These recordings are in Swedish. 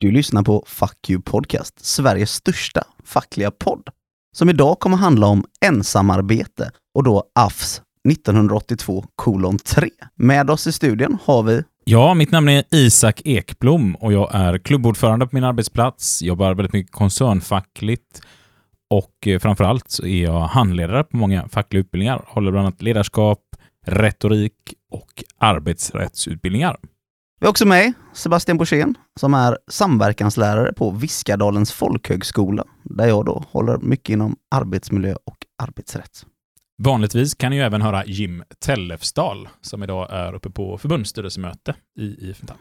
Du lyssnar på Fuck You Podcast, Sveriges största fackliga podd, som idag kommer handla om ensamarbete och då AFS 1982:3. Med oss i studion har vi... Ja, mitt namn är Isak Ekblom och jag är klubbordförande på min arbetsplats, jobbar väldigt mycket koncernfackligt och framförallt så är jag handledare på många fackliga utbildningar, håller bland annat ledarskap, retorik och arbetsrättsutbildningar. Vi har också med Sebastian Borssén som är samverkanslärare på Viskadalens folkhögskola, där jag då håller mycket inom arbetsmiljö och arbetsrätt. Vanligtvis kan ni ju även höra Jim Tellefsdal som idag är uppe på förbundsstyrelsemöte i IF Metall.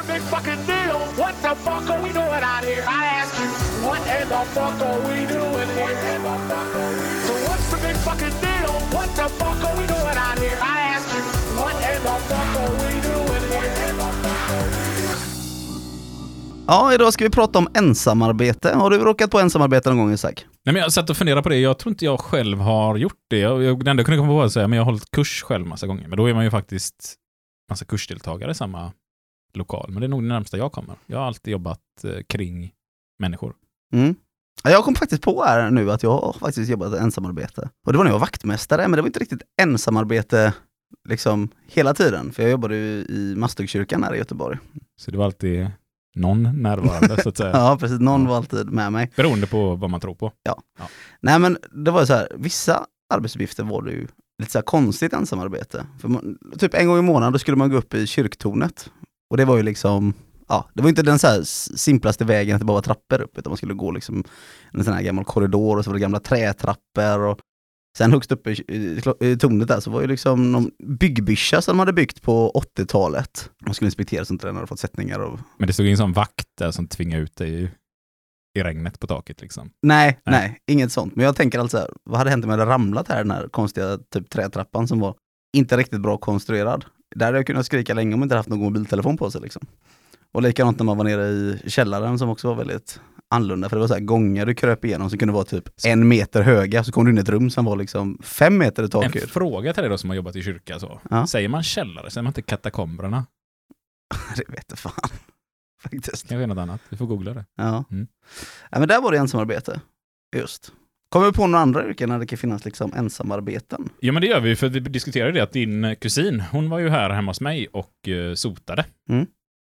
Ja, idag ska vi prata om ensamarbete. Har du råkat på ensamarbete någon gång, Isak? Nej, men jag satt och funderade på det. Jag tror inte jag själv har gjort det. Det enda kunde komma på att säga, men jag har hållit kurs själv massa gånger. Men då är man ju faktiskt massa kursdeltagare i samma lokal. Men det är nog det närmsta jag kommer. Jag har alltid jobbat kring människor. Mm. Jag kom faktiskt på här nu att jag har faktiskt jobbat ensamarbete. Och det var när jag var vaktmästare, men det var inte riktigt ensamarbete liksom hela tiden. För jag jobbade ju i Mastugkyrkan här i Göteborg. Så det var alltid någon närvarande så att säga. Ja, precis. Någon var alltid med mig. Beroende på vad man tror på. Ja. Nej, men det var så här, vissa arbetsuppgifter var det ju lite så här konstigt ensamarbete. För typ en gång i månaden då skulle man gå upp i kyrktornet. Och det var ju liksom, ja, det var inte den så här simplaste vägen att det bara var trappor upp, utan man skulle gå liksom en sån här gammal korridor och så var det gamla trätrappor och sen högst uppe i tornet där så var ju liksom någon byggbyscha som de hade byggt på 80-talet. Man skulle inspektera sånt där när de hade fått sättningar av... Men det stod ingen sån vakt där som tvingade ut dig i regnet på taket liksom? Nej, inget sånt. Men jag tänker alltså, vad hade hänt om jag hade ramlat här, den här konstiga typ trätrappan som var inte riktigt bra konstruerad. Där hade jag kunnat skrika länge om jag inte haft någon mobiltelefon på sig liksom. Och likadant när man var nere i källaren som också var väldigt annorlunda, för det var så här gångar du kröp igenom som kunde vara typ 1 meter höga, så kom du in i ett rum som var liksom 5 meter i taket. En fråga till dig då som har jobbat i kyrka så. Ja. Säger man källare? Säger man inte katakomberna? Det vet jag fan. Faktiskt. Kanske något annat. Vi får googla det. Ja. Ja, men där var det ensamarbete. Just. Kommer vi på några andra yrken när det kan finnas liksom ensamarbeten? Ja, men det gör vi, för vi diskuterade det att din kusin, hon var ju här hemma hos mig och sotade. Mm.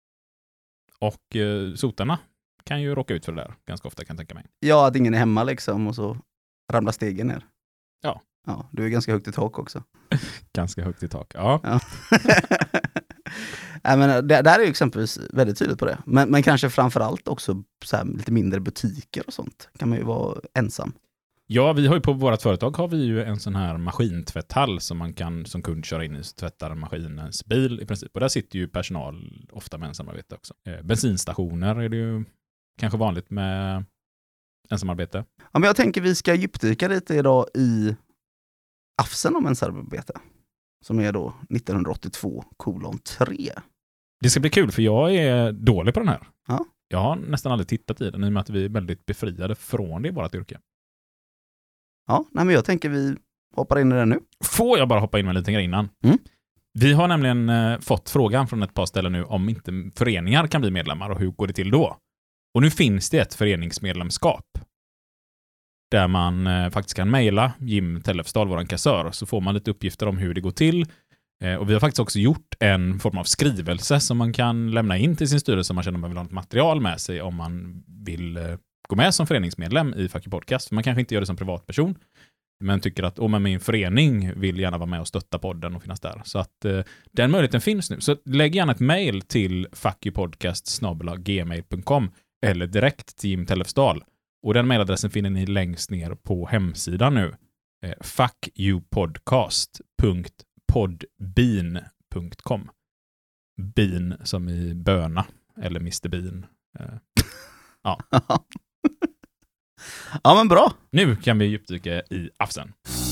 Och sotarna kan ju råka ut för det där ganska ofta, kan jag tänka mig. Ja, att ingen är hemma liksom och så ramlar stegen ner. Ja. Ja, du är ganska högt i tak också. Ganska högt i tak, ja. Nej, men det där är ju exempelvis väldigt tydligt på det. Men kanske framförallt också så här, lite mindre butiker och sånt. Kan man ju vara ensam. Ja, vi har ju på vårt företag har vi ju en sån här maskintvätthall som man kan som kund köra in i, tvättar maskinens bil i princip. Och där sitter ju personal ofta med ensamarbete också. Bensinstationer är det ju kanske vanligt med ensamarbete. Ja, men jag tänker vi ska djupdyka lite idag i AFSen om ensamarbete. Som är då 1982:3. Det ska bli kul för jag är dålig på den här. Ja. Jag har nästan aldrig tittat i den i och med att vi är väldigt befriade från det i vårt yrke. Ja, nej, men jag tänker vi hoppar in i den nu. Får jag bara hoppa in med lite grann innan? Mm. Vi har nämligen fått frågan från ett par ställen nu om inte föreningar kan bli medlemmar och hur går det till då? Och nu finns det ett föreningsmedlemskap där man faktiskt kan mejla Jim Tellefsdal, våran kassör, så får man lite uppgifter om hur det går till. Och vi har faktiskt också gjort en form av skrivelse som man kan lämna in till sin styrelse om man känner att man vill ha något material med sig om man vill gå med som föreningsmedlem i Fuck You Podcast. För man kanske inte gör det som privatperson, men tycker att min förening vill gärna vara med och stötta podden och finnas där. Så att den möjligheten finns nu. Så lägg gärna ett mejl till fuckyoupodcast@gmail.com eller direkt till Jim Tellefsdal. Och den mejladressen finner ni längst ner på hemsidan nu. fuckyoupodcast.podbean.com. Bean som i böna eller Mr. Bean. Ja. Ja, men bra. Nu kan vi djupdyka i AFSen.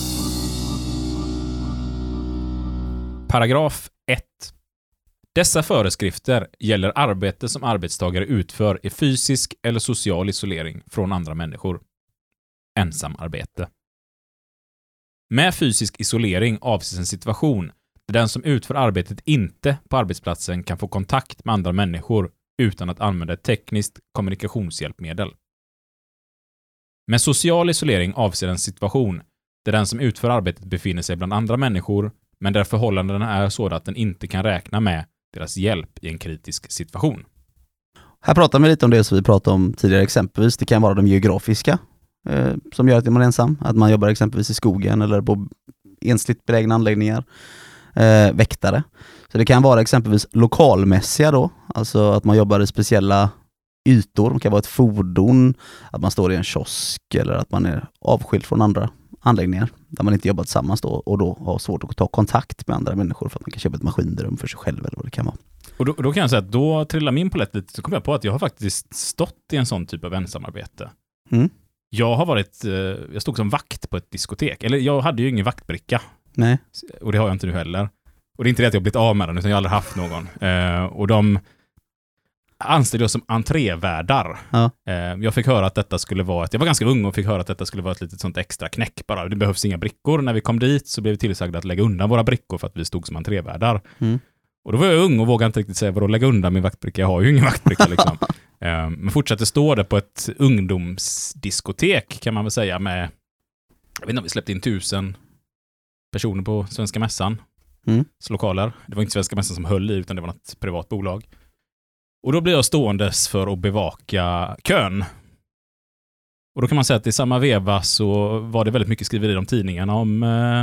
Paragraf 1. Dessa föreskrifter gäller arbete som arbetstagare utför i fysisk eller social isolering från andra människor. Ensamarbete. Med fysisk isolering avses en situation där den som utför arbetet inte på arbetsplatsen kan få kontakt med andra människor utan att använda ett tekniskt kommunikationshjälpmedel. Med social isolering avser en situation där den som utför arbetet befinner sig bland andra människor, men där förhållandena är så att den inte kan räkna med deras hjälp i en kritisk situation. Här pratar vi lite om det som vi pratade om tidigare, exempelvis. Det kan vara de geografiska som gör att man är ensam. Att man jobbar exempelvis i skogen eller på ensligt belägna anläggningar. Väktare. Så det kan vara exempelvis lokalmässiga då. Alltså att man jobbar i speciella ytor. Det kan vara ett fordon, att man står i en kiosk eller att man är avskild från andra anläggningar där man inte jobbar tillsammans då, och då har svårt att ta kontakt med andra människor för att man kan köpa ett maskinrum för sig själv eller vad det kan vara. Och då kan jag säga att då trillar min polett lite, så kom jag på att jag har faktiskt stått i en sån typ av ensamarbete. Mm. Jag stod som vakt på ett diskotek. Eller jag hade ju ingen vaktbricka. Nej. Och det har jag inte nu heller. Och det är inte det att jag har blivit av med den, utan jag har aldrig haft någon. Och de anställde oss som entrévärdar. Ja. Jag fick höra att detta skulle vara jag var ganska ung och fick höra att detta skulle vara ett litet sånt extra knäck bara. Det behövs inga brickor. När vi kom dit så blev vi tillsagda att lägga undan våra brickor för att vi stod som entrévärdar. Mm. Och då var jag ung och vågade inte riktigt säga vadå lägga undan min vaktbricka. Jag har ju ingen vaktbricka liksom. Men fortsatte stå där på ett ungdomsdiskotek kan man väl säga med, jag vet inte om vi släppte in 1000 personer på Svenska Mässan. Lokaler. Det var inte Svenska Mässan som höll i, utan det var något privat bolag. Och då blev jag ståendes för att bevaka kön. Och då kan man säga att i samma veva så var det väldigt mycket skrivet i de tidningarna om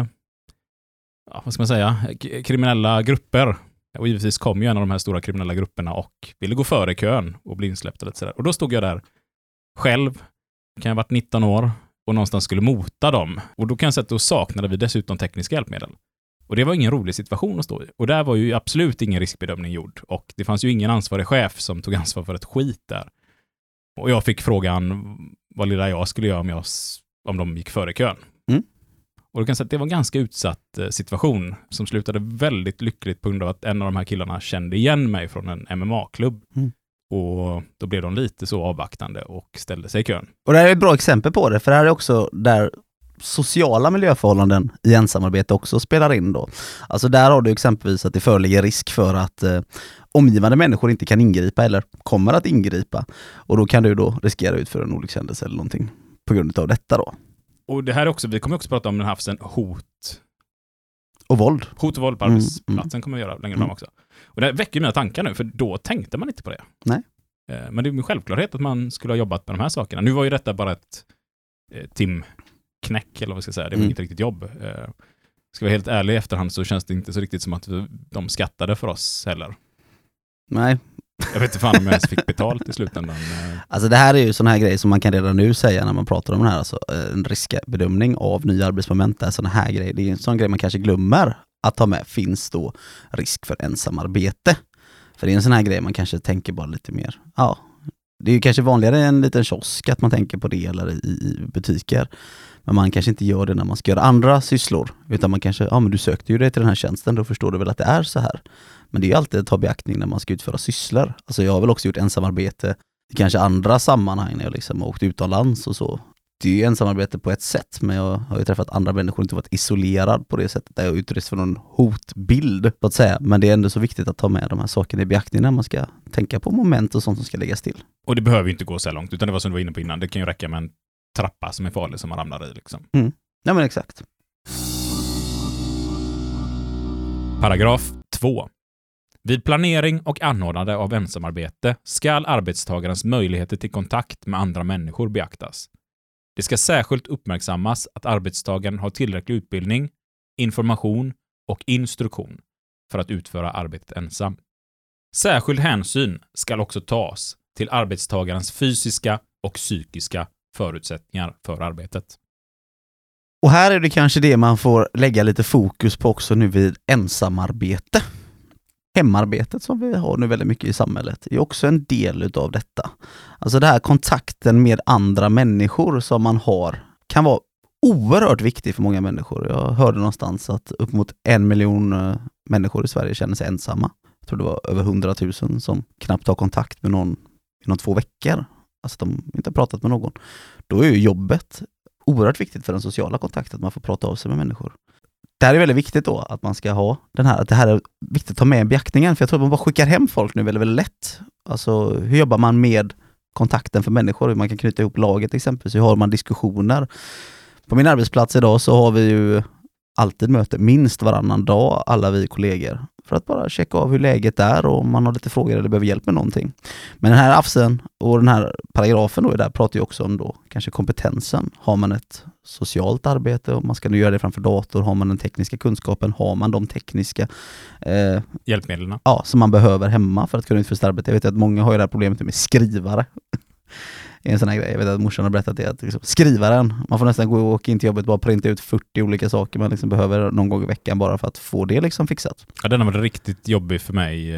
vad ska man säga, kriminella grupper. Och givetvis kom ju en av de här stora kriminella grupperna och ville gå före kön och bli insläppt och lite sådär. Och då stod jag där själv, kan jag ha varit 19 år, och någonstans skulle mota dem. Och då kan jag säga att då saknade vi dessutom tekniska hjälpmedel. Och det var ingen rolig situation att stå i. Och där var ju absolut ingen riskbedömning gjord. Och det fanns ju ingen ansvarig chef som tog ansvar för ett skit där. Och jag fick frågan vad lilla jag skulle göra om de gick före kön. Mm. Och då kan jag säga att det var en ganska utsatt situation som slutade väldigt lyckligt på grund av att en av de här killarna kände igen mig från en MMA-klubb. Mm. Och då blev de lite så avvaktande och ställde sig i kön. Och det här är ett bra exempel på det, för det här är också där sociala miljöförhållanden i ensamarbete också spelar in då. Alltså där har du exempelvis att det föreligger risk för att omgivande människor inte kan ingripa eller kommer att ingripa. Och då kan du då riskera ut för en olyckshändelse eller någonting på grund av detta då. Och det här också, vi kommer också prata om den här haft hot och våld. Hot och våld på arbetsplatsen kommer vi göra längre fram också. Och det väcker mina tankar nu, för då tänkte man inte på det. Nej. Men det är en självklarhet att man skulle ha jobbat med de här sakerna. Nu var ju detta bara ett timknäck, eller vad ska jag säga. Det var inget riktigt jobb. Ska vara helt ärlig i efterhand så känns det inte så riktigt som att de skattade för oss heller. Nej. Jag vet inte fan om jag ens fick betalt i slutändan. Alltså det här är ju sån här grej som man kan redan nu säga när man pratar om det här. Alltså en riskbedömning av nya arbetsmoment är såna här grejer. Det är en sån grej man kanske glömmer att ta med. Finns då risk för ensamarbete? För det är en sån här grej man kanske tänker bara lite mer. Ja, det är ju kanske vanligare i en liten kiosk att man tänker på det eller i butiker. Men man kanske inte gör det när man ska göra andra sysslor. Utan man kanske, men du sökte ju dig till den här tjänsten, då förstår du väl att det är så här. Men det är ju alltid att ta beaktning när man ska utföra sysslor. Alltså jag har väl också gjort ensamarbete i kanske andra sammanhang när jag liksom åkt utomlands och så. Det är ju ensamarbete på ett sätt, men jag har ju träffat andra människor och inte varit isolerad på det sättet där jag är utrest för någon hotbild, så att säga. Men det är ändå så viktigt att ta med de här sakerna i beaktning när man ska tänka på moment och sånt som ska läggas till. Och det behöver ju inte gå så långt, utan det var som du var inne på innan. Det kan ju räcka med en trappa som är farlig som man ramlar i liksom. Ja men exakt. Paragraf 2. Vid planering och anordnande av ensamarbete ska arbetstagarens möjligheter till kontakt med andra människor beaktas. Det ska särskilt uppmärksammas att arbetstagaren har tillräcklig utbildning, information och instruktion för att utföra arbetet ensam. Särskild hänsyn ska också tas till arbetstagarens fysiska och psykiska förutsättningar för arbetet. Och här är det kanske det man får lägga lite fokus på också nu vid ensamarbete. Hemarbetet som vi har nu väldigt mycket i samhället är också en del utav detta. Alltså det här kontakten med andra människor som man har kan vara oerhört viktig för många människor. Jag hörde någonstans att upp mot 1 miljon människor i Sverige känner sig ensamma. Jag tror det var över 100 000 som knappt har kontakt med någon inom 2 veckor. Alltså de inte har pratat med någon. Då är ju jobbet oerhört viktigt för den sociala kontakten, att man får prata av sig med människor. Det här är väldigt viktigt då, att man ska ha den här, att det här är viktigt att ta med i beaktningen, för jag tror att man bara skickar hem folk nu väldigt, väldigt lätt. Alltså hur jobbar man med kontakten för människor, hur man kan knyta ihop laget exempelvis, hur har man diskussioner. På min arbetsplats idag så har vi ju alltid möte minst varannan dag, alla vi kollegor, för att bara checka av hur läget är och om man har lite frågor eller behöver hjälp med någonting. Men den här AFSen och den här paragrafen då, där pratar ju också om då kanske kompetensen. Har man ett socialt arbete och man ska nu göra det framför dator, har man den tekniska kunskapen, har man de tekniska hjälpmedlen som man behöver hemma för att kunna utföra sitt arbete. Jag vet att många har ju det här problemet med skrivare. En sån här grej. Jag vet att morsan har berättat det, att liksom, skrivaren, man får nästan gå och åka in till jobbet och bara printa ut 40 olika saker man liksom behöver någon gång i veckan bara för att få det liksom fixat. Ja, den har varit riktigt jobbig för mig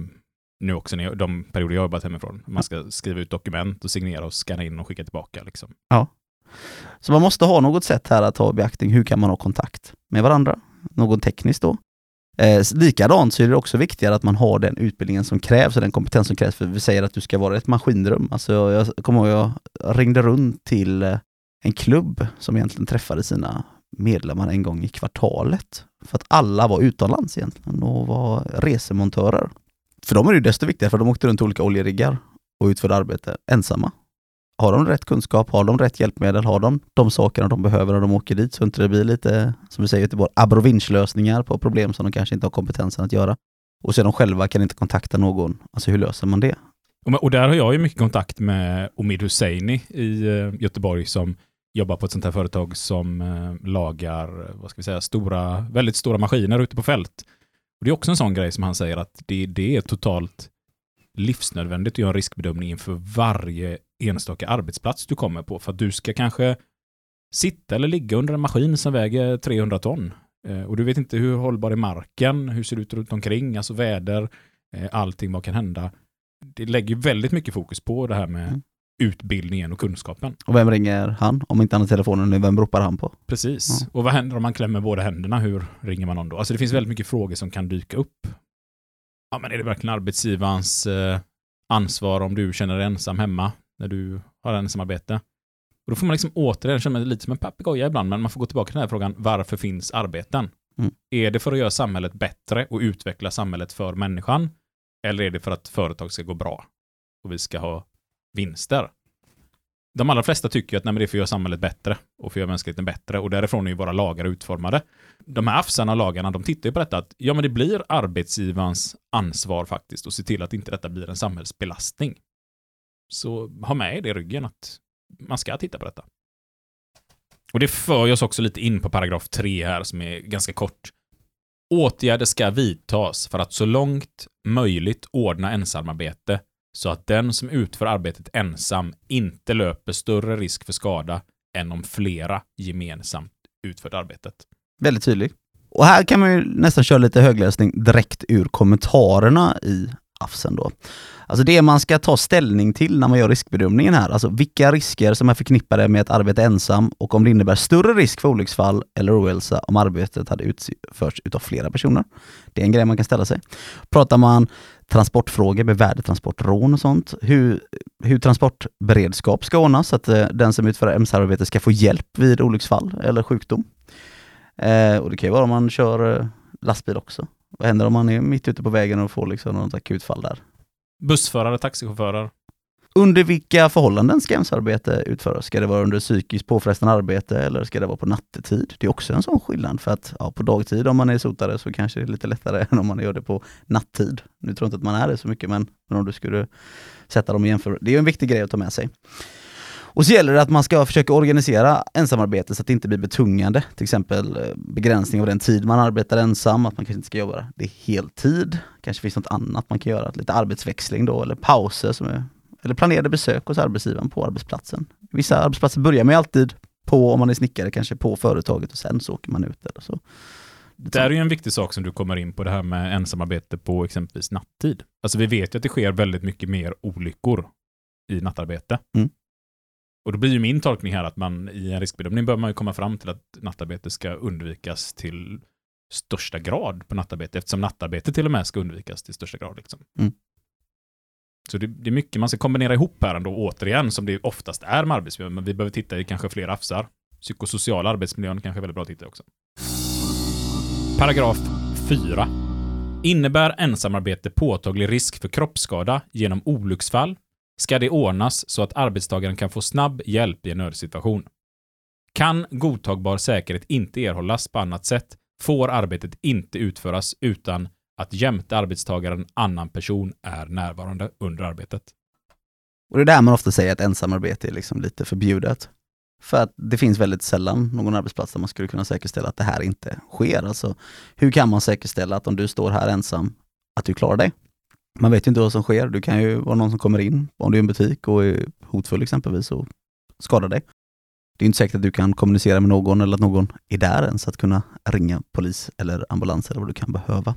nu också, när de perioder jag har jobbat hemifrån. Man ska skriva ut dokument och signera och scanna in och skicka tillbaka. Liksom. Ja. Så man måste ha något sätt här att ta i beaktning. Hur kan man ha kontakt med varandra? Något tekniskt då. Likadant så är det också viktigare att man har den utbildningen som krävs och den kompetens som krävs, för vi säger att du ska vara ett maskinrum. Alltså jag kommer ihåg, jag ringde runt till en klubb som egentligen träffade sina medlemmar en gång i kvartalet, för att alla var utomlands egentligen och var resemontörer. För dem är det desto viktigare, för de åkte runt till olika oljeriggar och utförde arbete ensamma. Har de rätt kunskap, har de rätt hjälpmedel, har de sakerna de behöver när de åker dit, så inte det blir lite, som vi säger i Göteborg, abrovinch-lösningar på problem som de kanske inte har kompetensen att göra. Och så de själva kan inte kontakta någon. Alltså hur löser man det? Och där har jag ju mycket kontakt med Omid Husseini i Göteborg, som jobbar på ett sånt här företag som lagar, vad ska vi säga, väldigt stora maskiner ute på fält. Och det är också en sån grej som han säger, att det är totalt livsnödvändigt att göra en riskbedömning inför varje enstaka arbetsplats du kommer på, för att du ska kanske sitta eller ligga under en maskin som väger 300 ton. Och du vet inte hur hållbar är marken, hur ser det ut runt omkring, alltså väder, allting, vad kan hända. Det lägger väldigt mycket fokus på det här med utbildningen och kunskapen. Och vem ringer han? Om inte han har telefonen nu, vem ropar han på? Precis. Och vad händer om man klämmer båda händerna? Hur ringer man någon då? Alltså det finns väldigt mycket frågor som kan dyka upp. Ja, men är det verkligen arbetsgivarens ansvar om du känner dig ensam hemma när du har ensamarbete? Och då får man liksom återigen känna lite som en papegoja ibland, men man får gå tillbaka till den här frågan, varför finns arbeten? Är det för att göra samhället bättre och utveckla samhället för människan? Eller är det för att företag ska gå bra och vi ska ha vinster? De allra flesta tycker att nej, men det är för att göra samhället bättre och för att göra mänskligheten bättre, och därifrån är ju våra lagar utformade. De här AFSarna och lagarna, de tittar ju på detta att ja, men det blir arbetsgivarens ansvar faktiskt att se till att inte detta blir en samhällsbelastning. Så ha med det i ryggen att man ska titta på detta. Och det för oss också lite in på paragraf 3 här, som är ganska kort. Åtgärder ska vidtas för att så långt möjligt ordna ensamarbete så att den som utför arbetet ensam inte löper större risk för skada än om flera gemensamt utfört arbetet. Väldigt tydligt. Och här kan man ju nästan köra lite högläsning direkt ur kommentarerna i AFSen då. Alltså det man ska ta ställning till när man gör riskbedömningen här, alltså vilka risker som är förknippade med att arbeta ensam och om det innebär större risk för olycksfall eller ohälsa om arbetet hade utförts utav flera personer. Det är en grej man kan ställa sig. Pratar man transportfrågor med värdetransportrån och sånt, hur transportberedskap ska ordnas så att den som utför ensamarbete ska få hjälp vid olycksfall eller sjukdom. Och det kan ju vara om man kör lastbil också. Vad händer om man är mitt ute på vägen och får liksom något akutfall där? Bussförare, taxichaufförer. Under vilka förhållanden ska ensamarbete utföras? Ska det vara under psykiskt påfrestande arbete eller ska det vara på nattetid? Det är också en sån skillnad, för att på dagtid om man är sotare så kanske det är lite lättare än om man gör det på nattid. Nu tror jag inte att man är det så mycket, men om du skulle sätta dem i jämförelse. Det är ju en viktig grej att ta med sig. Och så gäller det att man ska försöka organisera ensamarbete så att det inte blir betungande. Till exempel begränsning av den tid man arbetar ensam, att man kanske inte ska jobba det heltid. Kanske finns något annat man kan göra, lite arbetsväxling då, eller pauser eller planerade besök hos arbetsgivaren på arbetsplatsen. Vissa arbetsplatser börjar med alltid på, om man är snickare, kanske på företaget och sen så åker man ut eller så. Det är ju en viktig sak som du kommer in på, det här med ensamarbete på exempelvis nattid. Alltså vi vet ju att det sker väldigt mycket mer olyckor i nattarbete. Och då blir ju min tolkning här att man i en riskbedömning bör man ju komma fram till att nattarbete ska undvikas till största grad på nattarbete, eftersom nattarbete till och med ska undvikas till största grad. Liksom. Så det är mycket man ska kombinera ihop här ändå, återigen, som det oftast är med arbetsmiljön, men vi behöver titta i kanske fler AFSar. Psykosociala arbetsmiljön kanske är väldigt bra att titta också. Paragraf 4. Innebär ensamarbete påtaglig risk för kroppsskada genom olycksfall ska det ordnas så att arbetstagaren kan få snabb hjälp i en nödsituation. Kan godtagbar säkerhet inte erhållas på annat sätt får arbetet inte utföras utan att jämte arbetstagaren annan person är närvarande under arbetet. Och det är där man ofta säger att ensamarbete är liksom lite förbjudet. För att det finns väldigt sällan någon arbetsplats där man skulle kunna säkerställa att det här inte sker. Alltså, hur kan man säkerställa att om du står här ensam, att du klarar dig? Man vet ju inte vad som sker. Du kan ju vara någon som kommer in, om du är i en butik och är hotfull exempelvis och skadar dig. Det är inte säkert att du kan kommunicera med någon eller att någon är där ens att kunna ringa polis eller ambulans eller vad du kan behöva.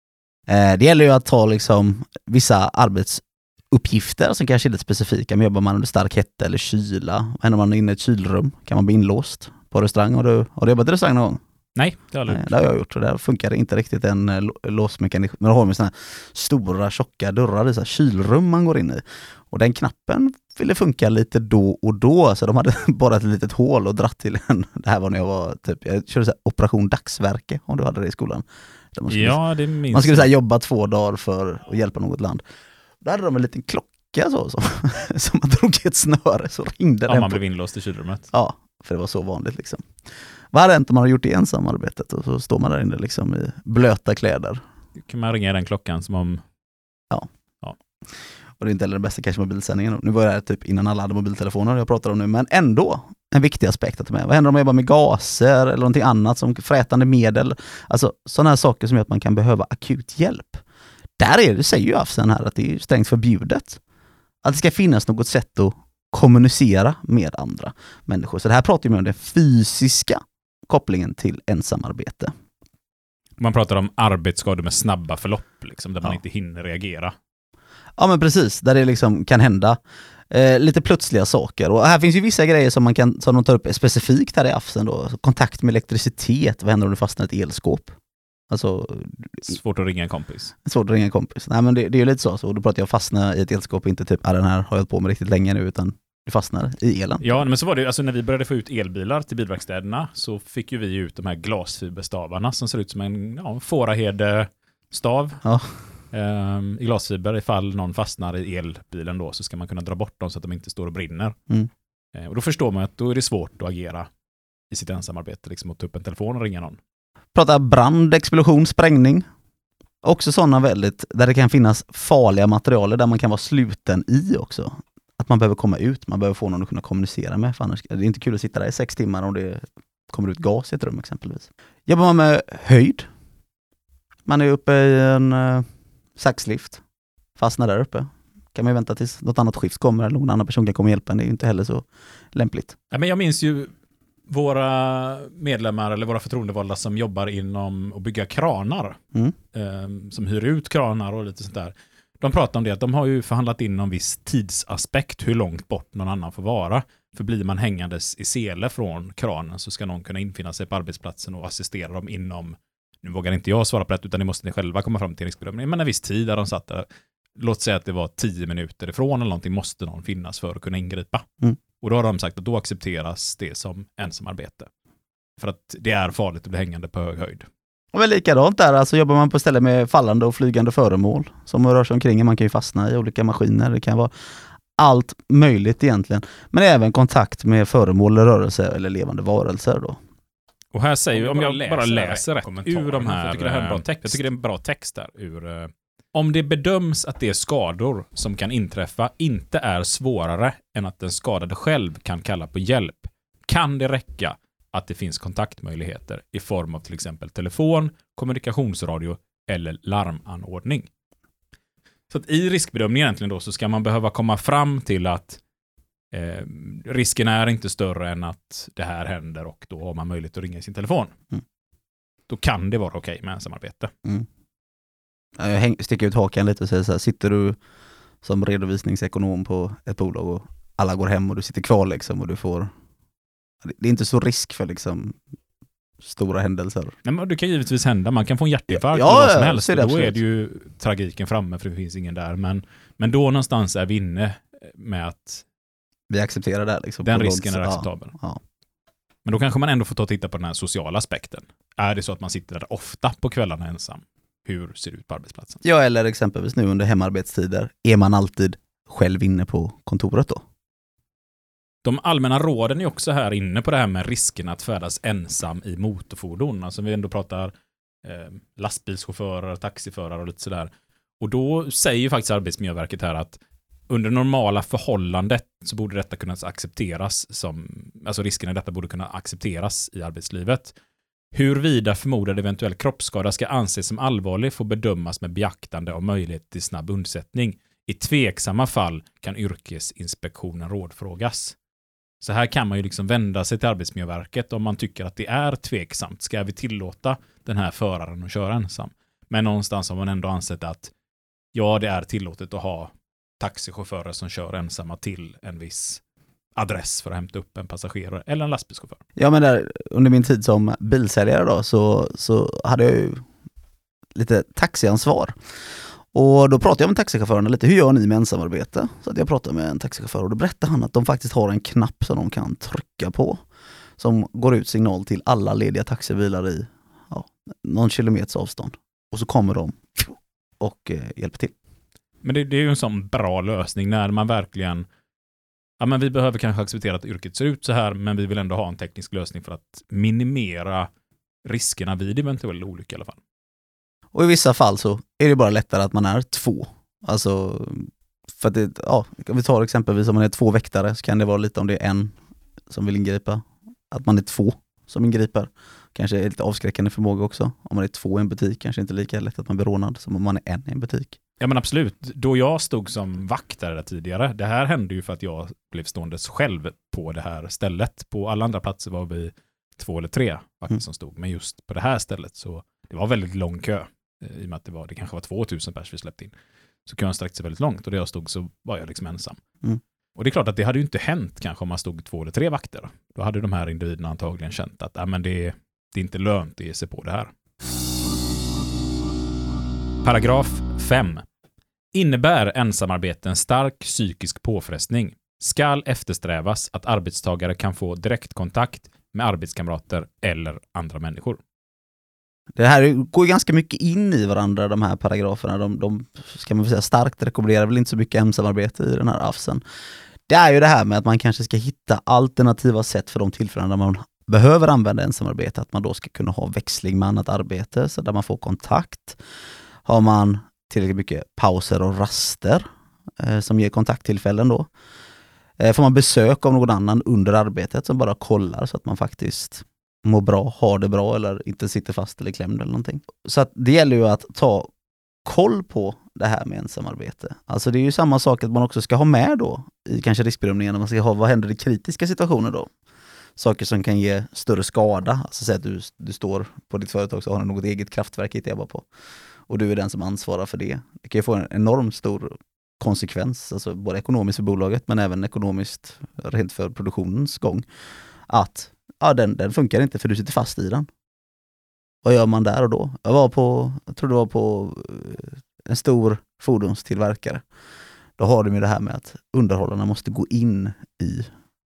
Det gäller ju att ta liksom vissa arbetsuppgifter som kanske är lite specifika. Men jobbar man under stark hetta eller kyla, händer man inne i ett kylrum, kan man bli inlåst på restaurang. Har du jobbat i restaurang någon gång? Nej, det har jag gjort. Det har jag gjort och där funkar det inte riktigt en låsmekanism. Men då har vi såna här stora tjocka dörrar i så här kylrum man går in i. Och den knappen ville funka lite då och då. Så de hade bara ett litet hål och dratt till en. Det här var när jag var jag körde så här operation dagsverke om du hade det i skolan. Ja, det minns man skulle så här jobba 2 dagar för att hjälpa något land. Då hade de en liten klocka som man drog i ett snöre så ringde den. Man blev inlåst i kylrummet. Ja, för det var så vanligt liksom. Vad hade hänt om man har gjort det ensamarbetet och så står man där inne liksom i blöta kläder? Kan man ringa den klockan som om... Ja. Och det är inte heller den bästa kanske mobilsändningen. Nu var det här typ innan alla hade mobiltelefoner jag pratar om nu, men ändå en viktig aspekt att ta med. Vad händer om man jobbar med gaser eller någonting annat som frätande medel? Alltså sådana här saker som gör att man kan behöva akut hjälp. Det säger ju AFSen här att det är strängt förbjudet. Att det ska finnas något sätt att kommunicera med andra människor. Så det här pratar ju om den fysiska kopplingen till ensamarbete. Man pratar om arbetsskador med snabba förlopp liksom, där man inte hinner reagera. Ja men precis, där det liksom kan hända lite plötsliga saker. Och här finns ju vissa grejer som de tar upp specifikt här i AFSen då. Kontakt med elektricitet, vad händer om du fastnar i ett elskåp? Alltså, svårt att ringa en kompis. Svårt att ringa en kompis. Nej men det är ju lite så. Och då pratar jag fastna i ett elskåp, inte typ, den här har jag hållit på med riktigt länge nu, utan du fastnar i elen. Ja, men så var det alltså när vi började få ut elbilar till bilverkstäderna så fick ju vi ut de här glasfiberstavarna som ser ut som en fåraherdestav i glasfiber. Ifall någon fastnar i elbilen då så ska man kunna dra bort dem så att de inte står och brinner. Och då förstår man att då är det svårt att agera i sitt ensamarbete, liksom att ta upp en telefon och ringa någon. Prata brand, explosion, sprängning. Också sådana väldigt, där det kan finnas farliga materialer där man kan vara sluten i också. Att man behöver komma ut, man behöver få någon att kunna kommunicera med. För annars är det inte kul att sitta där i 6 timmar om det kommer ut gas i ett rum exempelvis. Jobbar man med höjd. Man är uppe i en saxlift. Fastnar där uppe. Kan man ju vänta tills något annat skift kommer eller någon annan person kan komma och hjälpa en. Det är ju inte heller så lämpligt. Ja, men jag minns ju våra medlemmar eller våra förtroendevalda som jobbar inom att bygga kranar. Som hyr ut kranar och lite sånt där. De pratar om det att de har ju förhandlat in någon viss tidsaspekt hur långt bort någon annan får vara. För blir man hängandes i sele från kranen så ska någon kunna infinna sig på arbetsplatsen och assistera dem inom, nu vågar inte jag svara på det utan det måste ni själva komma fram till en riskbedömning, men en viss tid där de satt där. Låt säga att det var 10 minuter ifrån eller någonting måste någon finnas för att kunna ingripa. Och då har de sagt att då accepteras det som ensamarbete. För att det är farligt att bli hängande på hög höjd. Och väl likadant där, alltså jobbar man på ställe med fallande och flygande föremål som rör sig omkring, man kan ju fastna i olika maskiner, det kan vara allt möjligt egentligen. Men även kontakt med föremål, rörelser eller levande varelser då. Och här säger om jag bara läser rätt ur de här, jag tycker det är en bra text. Jag tycker det är en bra text där ur om det bedöms att de skador som kan inträffa inte är svårare än att den skadade själv kan kalla på hjälp, kan det räcka att det finns kontaktmöjligheter i form av till exempel telefon, kommunikationsradio eller larmanordning. Så att i riskbedömningen egentligen då så ska man behöva komma fram till att risken är inte större än att det här händer och då har man möjlighet att ringa i sin telefon. Då kan det vara okej med ensamarbete. Jag sticker ut hakan lite och säger så här, sitter du som redovisningsekonom på ett bolag och alla går hem och du sitter kvar liksom och du får, det är inte så risk för liksom stora händelser. Nej, men det kan givetvis hända, man kan få en hjärtinfarkt eller vad som helst, då är det ju tragiken framme för det finns ingen där, men då någonstans är vi inne med att vi accepterar det liksom. Den risken är acceptabel. Ja. Men då kanske man ändå får ta och titta på den här sociala aspekten. Är det så att man sitter där ofta på kvällarna ensam? Hur ser det ut på arbetsplatsen? Ja, eller exempelvis nu under hemarbetstider. Är man alltid själv inne på kontoret då? De allmänna råden är också här inne på det här med risken att färdas ensam i motorfordon. Alltså vi ändå pratar lastbilschaufförer, taxiförare och lite sådär. Och då säger ju faktiskt Arbetsmiljöverket här att under normala förhållandet så borde detta kunna accepteras alltså risken i detta borde kunna accepteras i arbetslivet. Huruvida förmodad eventuell kroppsskada ska anses som allvarlig får bedömas med beaktande av möjlighet till snabb undsättning. I tveksamma fall kan yrkesinspektionen rådfrågas. Så här kan man ju liksom vända sig till Arbetsmiljöverket om man tycker att det är tveksamt. Ska vi tillåta den här föraren att köra ensam? Men någonstans har man ändå ansett att ja, det är tillåtet att ha taxichaufförer som kör ensamma till en viss adress för att hämta upp en passagerare eller en lastbilschaufför. Ja, men där, under min tid som bilsäljare då så hade jag ju lite taxiansvar. Och då pratade jag med taxichaufförerna lite, hur gör ni med ensamarbete? Så att jag pratade med en taxichaufför och då berättade han att de faktiskt har en knapp som de kan trycka på som går ut signal till alla lediga taxibilar i någon kilometers avstånd. Och så kommer de och hjälper till. Men det är ju en sån bra lösning när man verkligen men vi behöver kanske acceptera att yrket ser ut så här, men vi vill ändå ha en teknisk lösning för att minimera riskerna vid eventuell olycka i alla fall. Och i vissa fall så är det bara lättare att man är två. Alltså, för att vi tar exempelvis om man är 2 väktare så kan det vara lite om det är en som vill ingripa. Att man är 2 som ingriper. Kanske är lite avskräckande förmåga också. Om man är 2 i en butik kanske inte lika lätt att man blir rånad som om man är 1 i en butik. Ja men absolut. Då jag stod som vaktare där tidigare, det här hände ju för att jag blev ståendes själv på det här stället. På alla andra platser var vi 2 eller 3 vakter som stod. Men just på det här stället så det var väldigt lång kö. I och med att det kanske var 2000 pers vi släppte in. Så kön sträckte sig väldigt långt och där jag stod så var jag liksom ensam. Och det är klart att det hade ju inte hänt kanske om man stod 2 eller 3 vakter. Då hade de här individerna antagligen känt att men det är inte lönt att ge sig på det här. Paragraf 5. Innebär ensamarbete en stark psykisk påfrestning skall eftersträvas att arbetstagare kan få direktkontakt med arbetskamrater eller andra människor. Det här går ganska mycket in i varandra, de här paragraferna. De ska man säga starkt rekommenderar väl inte så mycket ensamarbete i den här AFSen. Det är ju det här med att man kanske ska hitta alternativa sätt för de tillfällen där man behöver använda ensamarbete. Att man då ska kunna ha växling med annat arbete så där man får kontakt. Har man tillräckligt mycket pauser och raster som ger kontakttillfällen då. Får man besök av någon annan under arbetet som bara kollar så att man faktiskt mår bra, har det bra eller inte sitter fast eller klämd eller någonting. Så att det gäller ju att ta koll på det här med ensamarbete. Alltså det är ju samma sak att man också ska ha med då i kanske riskbedömningen. Man ska ha, vad händer i kritiska situationer då? Saker som kan ge större skada. Alltså säg att du står på ditt företag så har du något eget kraftverk att jobba på. Och du är den som ansvarar för det. Det kan ju få en enormt stor konsekvens, alltså både ekonomiskt för bolaget men även ekonomiskt rent för produktionens gång. Att den funkar inte för du sitter fast i den. Vad gör man där och då? Jag tror det var på en stor fordonstillverkare. Då har de ju det här med att underhållarna måste gå in i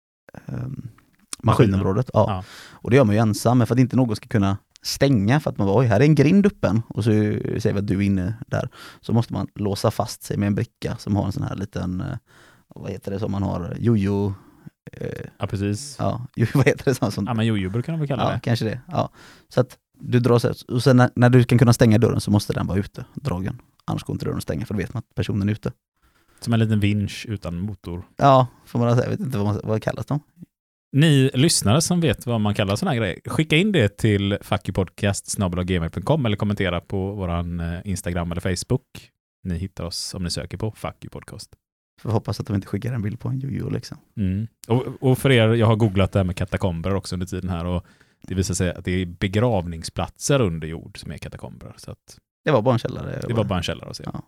maskinområdet. Ja. Och det gör man ju ensam för att inte någon ska kunna stänga för att man var här är en grind öppen och så säger vi att du är inne där. Så måste man låsa fast sig med en bricka som har en sån här liten, vad heter det som man har, jojo. Ja, precis. Ja, vad heter det? Sånt? Ja, men jojo brukar de väl kalla det. Ja, kanske det. Ja. Så att du drar sig och sen när du kan kunna stänga dörren så måste den vara ute, dragen. Annars går inte dörren att stänga för då vet man att personen är ute. Som en liten vinsch utan motor. Ja, får man säga. Jag vet inte vad kallas de. Ni lyssnare som vet vad man kallar såna här grejer, skicka in det till fuckyoupodcast@gmail.com eller kommentera på våran Instagram eller Facebook. Ni hittar oss om ni söker på Fuck You Podcast. För hoppas att de inte skickar en bild på en jojo liksom. Och för er, jag har googlat det här med katakomber också under tiden här och det visar sig att det är begravningsplatser under jord som är katakomber. Så att det var bara en källare. Det var bara en källare att se. Ja.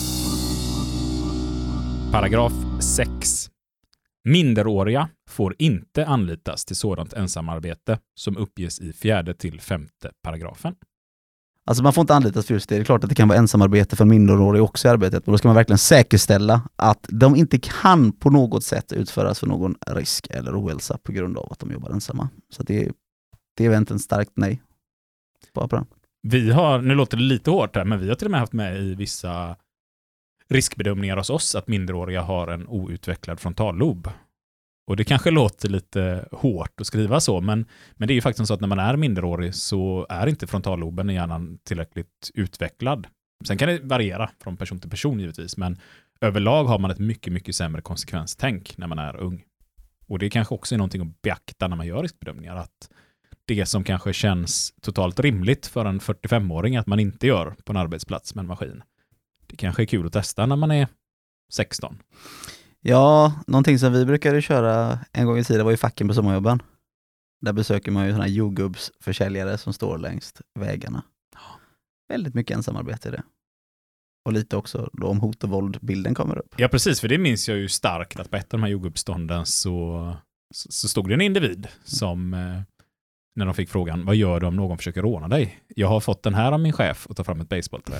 Paragraf 6. Minderåriga får inte anlitas till sådant ensamarbete som uppges i 4:e till 5:e paragrafen. Alltså man får inte anlitas för just det. Det är klart att det kan vara ensamarbete för minderåriga också i arbetet. Men då ska man verkligen säkerställa att de inte kan på något sätt utföras för någon risk eller ohälsa på grund av att de jobbar ensamma. Så det är väl inte en starkt nej. Bara på den. Vi har, nu låter det lite hårt här, men vi har till och med haft med i vissa riskbedömningar hos oss att minderåriga har en outvecklad frontallob. Och det kanske låter lite hårt att skriva så, men det är ju faktiskt så att när man är minderårig så är inte frontalloben i hjärnan tillräckligt utvecklad. Sen kan det variera från person till person givetvis, men överlag har man ett mycket, mycket sämre konsekvenstänk när man är ung. Och det kanske också är någonting att beakta när man gör riskbedömningar, att det som kanske känns totalt rimligt för en 45-åring att man inte gör på en arbetsplats med en maskin. Det kanske är kul att testa när man är 16. Ja, någonting som vi brukade köra en gång i tiden var ju facken på sommarjobben. Där besöker man ju sådana här jordgubbsförsäljare som står längs vägarna. Väldigt mycket ensamarbete i det. Och lite också då om hot och våld-bilden kommer upp. Ja, precis, för det minns jag ju starkt att på ett av de här jordgubbsstånden så stod det en individ som när de fick frågan, vad gör du om någon försöker råna dig? Jag har fått den här av min chef och ta fram ett basebollträ.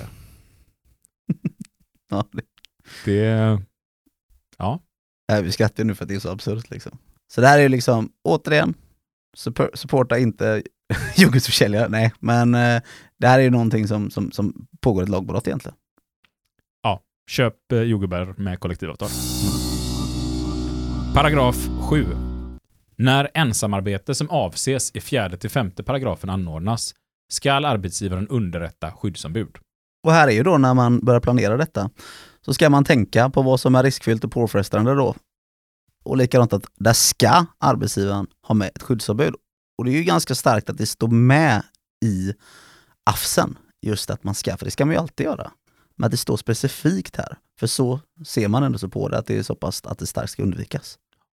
Ja, ja. Vi skrattar nu för att det är så absurt liksom. Så det här är ju liksom, återigen, supporta inte jordgubbsförsäljare, nej. Men det här är ju någonting som pågår ett lagbrott egentligen. Ja, köp jordgubbar med kollektivavtal. Paragraf 7. När ensamarbete som avses i 4:e till 5:e paragrafen anordnas ska arbetsgivaren underrätta skyddsombud. Och här är ju då när man börjar planera detta så ska man tänka på vad som är riskfyllt och påfrestande då. Och likadant att där ska arbetsgivaren ha med ett skyddsombud. Och det är ju ganska starkt att det står med i AFSen just att man ska, för det ska man ju alltid göra. Men att det står specifikt här, för så ser man ändå så på det att det är så pass att det starkt ska undvikas.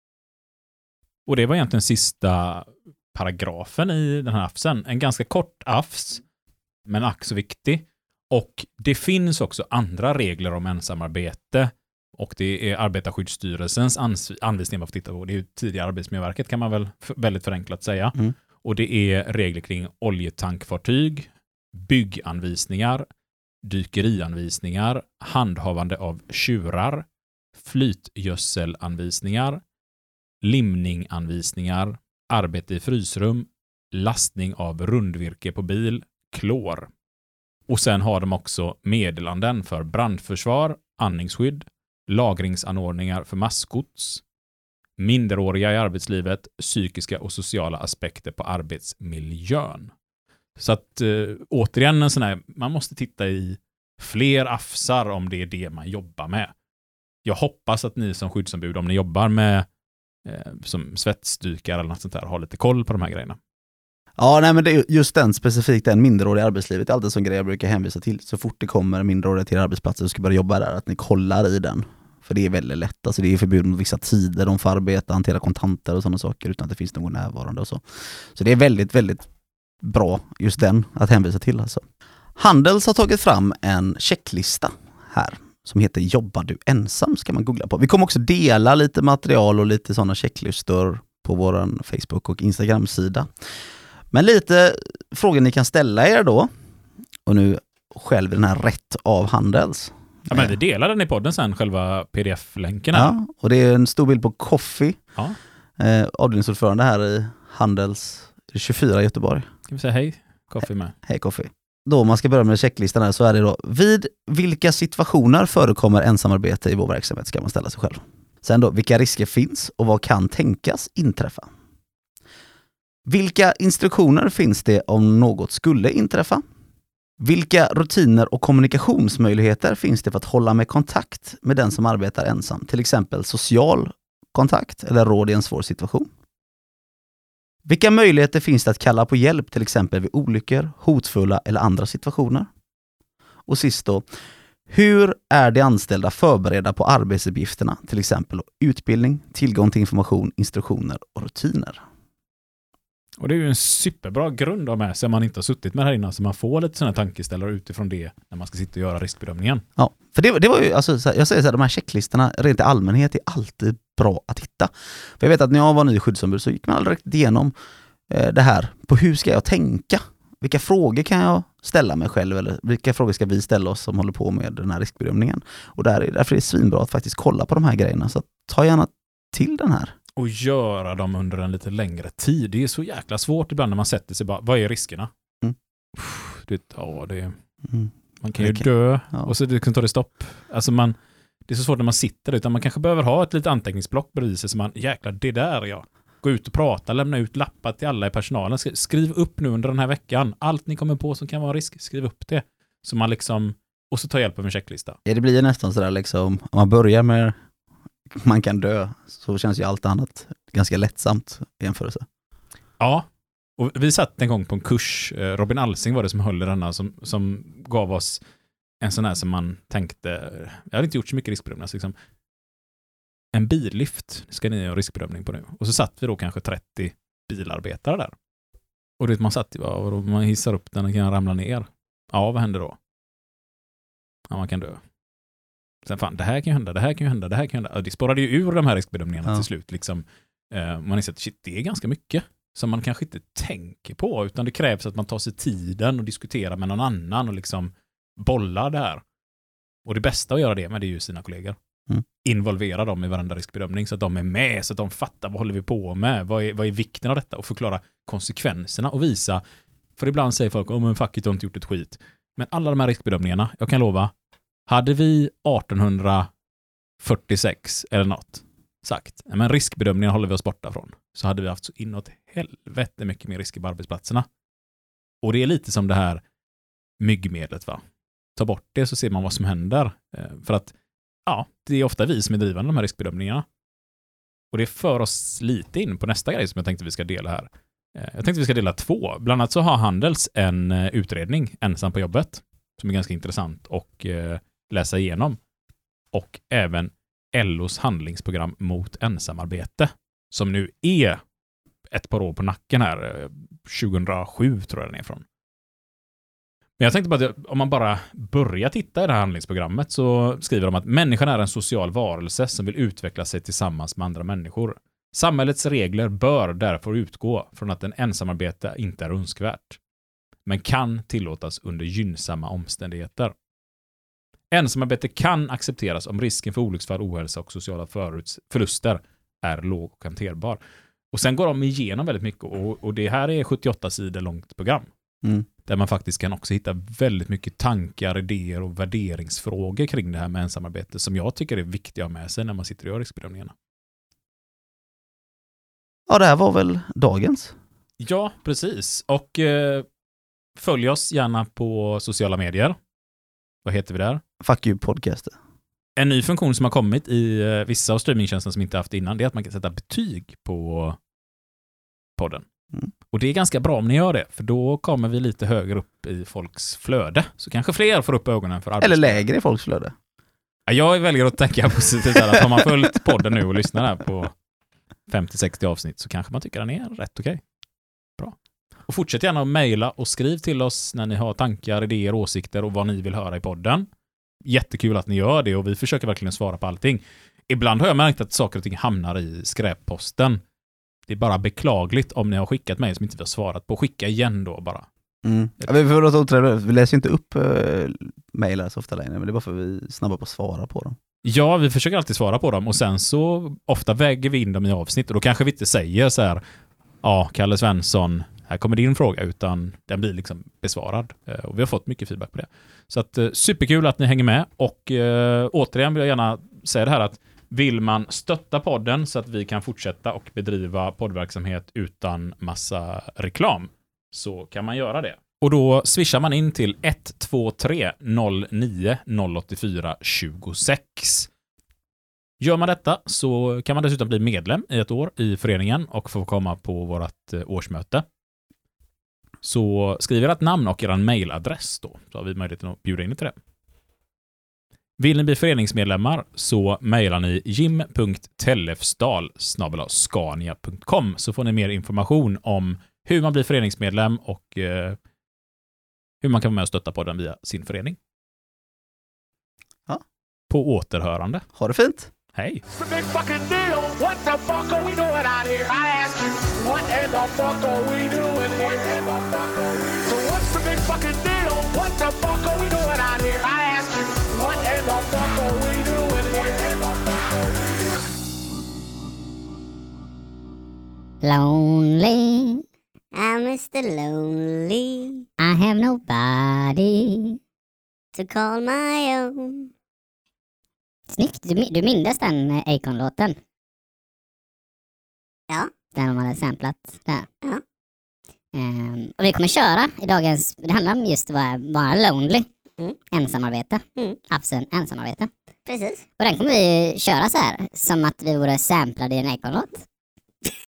Och det var egentligen sista paragrafen i den här AFSen. En ganska kort AFS, men ack så viktig. Och det finns också andra regler om ensamarbete. Och det är Arbetarskyddsstyrelsens anvisningar man får titta på. Det är ju tidigare Arbetsmiljöverket kan man väl väldigt förenklat säga. Mm. Och det är regler kring oljetankfartyg, bygganvisningar, dykerianvisningar, handhavande av tjurar, flytgödselanvisningar, limninganvisningar, arbete i frysrum, lastning av rundvirke på bil, klor. Och sen har de också meddelanden för brandförsvar, andningsskydd, lagringsanordningar för massgods, minderåriga i arbetslivet, psykiska och sociala aspekter på arbetsmiljön. Så att återigen en sån här, man måste titta i fler AFSar om det är det man jobbar med. Jag hoppas att ni som skyddsombud, om ni jobbar med som svetsdykare eller något sånt där, har lite koll på de här grejerna. Ja, nej, men det är just den specifikt, den minderåriga i arbetslivet, det är alltid en sån grej jag brukar hänvisa till. Så fort det kommer minderåriga till arbetsplatser och ska börja jobba där, att ni kollar i den. För det är väldigt lätt, alltså det är förbud mot vissa tider, de får arbeta, hantera kontanter och sådana saker utan att det finns någon närvarande och så. Så det är väldigt, väldigt bra just den att hänvisa till alltså. Handels har tagit fram en checklista här som heter Jobbar du ensam, ska man googla på. Vi kommer också dela lite material och lite sådana checklistor på vår Facebook- och Instagram-sida. Men lite frågor ni kan ställa er då. Och nu själv den här rätt av Handels. Ja, men vi delar den i podden sen, själva pdf-länken. Ja, och det är en stor bild på Coffee. Ja. Avdelningsordförande här i Handels 24 i Göteborg. Ska vi säga hej, Coffee med. Hej Coffee. Då om man ska börja med checklistan här så är det då, vid vilka situationer förekommer ensamarbete i vår verksamhet ska man ställa sig själv. Sen då, vilka risker finns och vad kan tänkas inträffa? Vilka instruktioner finns det om något skulle inträffa? Vilka rutiner och kommunikationsmöjligheter finns det för att hålla med kontakt med den som arbetar ensam? Till exempel social kontakt eller råd i en svår situation. Vilka möjligheter finns det att kalla på hjälp till exempel vid olyckor, hotfulla eller andra situationer? Och sist då, hur är de anställda förberedda på arbetsuppgifterna, till exempel utbildning, tillgång till information, instruktioner och rutiner? Och det är ju en superbra grund av med sig om man inte har suttit med det här innan, så man får lite sådana tankeställare utifrån det när man ska sitta och göra riskbedömningen. Ja, för det var ju, alltså, jag säger så här, de här checklistorna rent i allmänhet är alltid bra att hitta. För jag vet att när jag var ny skyddsombud så gick man aldrig riktigt igenom det här på hur ska jag tänka vilka frågor kan jag ställa mig själv, eller vilka frågor ska vi ställa oss som håller på med den här riskbedömningen? Och därför är det svinbra att faktiskt kolla på de här grejerna, så ta gärna till den här. Och göra dem under en lite längre tid. Det är så jäkla svårt ibland när man sätter sig bara, vad är riskerna? Man kan ju dö och så kan ta det stopp. Alltså det är så svårt när man sitter där, utan man kanske behöver ha ett litet anteckningsblock bredvid sig, så man, jäklar, det där ja. Gå ut och prata, lämna ut lappar till alla i personalen. Skriv upp nu under den här veckan. Allt ni kommer på som kan vara risk, skriv upp det. Så man liksom, och så ta hjälp av en checklista. Ja, det blir nästan sådär liksom, om man börjar med man kan dö, så känns ju allt annat ganska lättsamt i jämförelse. Ja, och vi satt en gång på en kurs, Robin Alsing var det som höll i denna, som gav oss en sån här som man tänkte, jag hade inte gjort så mycket riskbedömning, alltså liksom, en billift ska ni göra riskbedömning på nu. Och så satt vi då kanske 30 bilarbetare där. Och det man satt och man hissar upp den och kan ramla ner. Ja, vad händer då? Ja, man kan dö. Sen fan, det här kan ju hända, det här kan ju hända, det här kan ju hända. Det spårade ju ur de här riskbedömningarna till slut. Liksom. Man har sett, shit, det är ganska mycket som man kanske inte tänker på, utan det krävs att man tar sig tiden och diskuterar med någon annan och liksom bollar det här. Och det bästa att göra det med, det är ju sina kollegor. Involvera dem i varandra riskbedömning så att de är med, så att de fattar vad håller vi på med, vad är vikten av detta, och förklara konsekvenserna och visa, för ibland säger folk, men facket har inte gjort ett skit, men alla de här riskbedömningarna, jag kan lova, hade vi 1846 eller något sagt, men riskbedömningen håller vi oss borta från, så hade vi haft så inåt helvete mycket mer risker på arbetsplatserna. Och det är lite som det här myggmedlet, va? Ta bort det så ser man vad som händer, för att ja, det är ofta vi som är drivande de här riskbedömningarna. Och det för oss lite in på nästa grej som jag tänkte vi ska dela här. Jag tänkte vi ska dela 2. Bland annat så har Handels en utredning, Ensam på jobbet, som är ganska intressant att läsa igenom. Och även LOs handlingsprogram mot ensamarbete, som nu är ett par år på nacken här. 2007 tror jag den är från. Men jag tänkte bara att om man bara börjar titta i det här handlingsprogrammet, så skriver de att människan är en social varelse som vill utveckla sig tillsammans med andra människor. Samhällets regler bör därför utgå från att en ensamarbete inte är önskvärt, men kan tillåtas under gynnsamma omständigheter. Ensamarbete kan accepteras om risken för olycksfall, ohälsa och sociala förluster är låg och hanterbar. Och sen går de igenom väldigt mycket, och det här är 78 sidor långt program. Där man faktiskt kan också hitta väldigt mycket tankar, idéer och värderingsfrågor kring det här med ensamarbete, som jag tycker är viktiga att ha med sig när man sitter och gör riskbedömningarna. Ja, det här var väl dagens. Ja, precis. Och följ oss gärna på sociala medier. Vad heter vi där? Fuck you podcast. En ny funktion som har kommit i vissa av streamingtjänsterna som inte haft innan, det är att man kan sätta betyg på podden. Och det är ganska bra om ni gör det, för då kommer vi lite högre upp i folks flöde. Så kanske fler får upp ögonen för arbetslivet. Eller lägre i folks flöde. Ja, jag väljer att tänka positivt här, att har man följt podden nu och lyssnar här på 50-60 avsnitt, så kanske man tycker den är rätt okej. Bra. Och fortsätt gärna att mejla och skriv till oss när ni har tankar, idéer, åsikter och vad ni vill höra i podden. Jättekul att ni gör det, och vi försöker verkligen svara på allting. Ibland har jag märkt att saker och ting hamnar i skräpposten. Det är bara beklagligt om ni har skickat mig som inte vi har svarat på. Skicka igen då bara. Vi läser inte upp mejlar så ofta längre, men det är bara för att vi är snabba på att svara på dem. Ja, vi försöker alltid svara på dem, och sen så ofta väger vi in dem i avsnitt, och då kanske vi inte säger så här, ja, Kalle Svensson, här kommer din fråga, utan den blir liksom besvarad. Och vi har fått mycket feedback på det. Så att superkul att ni hänger med, och återigen vill jag gärna säga det här att vill man stötta podden så att vi kan fortsätta och bedriva poddverksamhet utan massa reklam, så kan man göra det. Och då swishar man in till 123 09 084 26. Gör man detta så kan man dessutom bli medlem i ett år i föreningen och få komma på vårt årsmöte. Så skriv ert namn och er mailadress då, så har vi möjligheten att bjuda in till det. Vill ni bli föreningsmedlemmar så mejlar ni jim.tellefsdal@scania.com, så får ni mer information om hur man blir föreningsmedlem och hur man kan vara med och stötta på den via sin förening. Ja. På återhörande. Ha det fint. Hej. What fucking deal? What the fuck are we doing out here? I ask you, what in the fuck are we doing here? Lonely, I'm Mr. Lonely. I have nobody to call my own. Snyggt, du mindes den Akon-låten? Ja. Den de hade samplat där. Ja. Och vi kommer köra i dagens, det handlar om just att vara lonely. Ensamarbete. Absent ensamarbete. Precis. Och den kommer vi köra så här, som att vi vore samplade i en Akon-låt.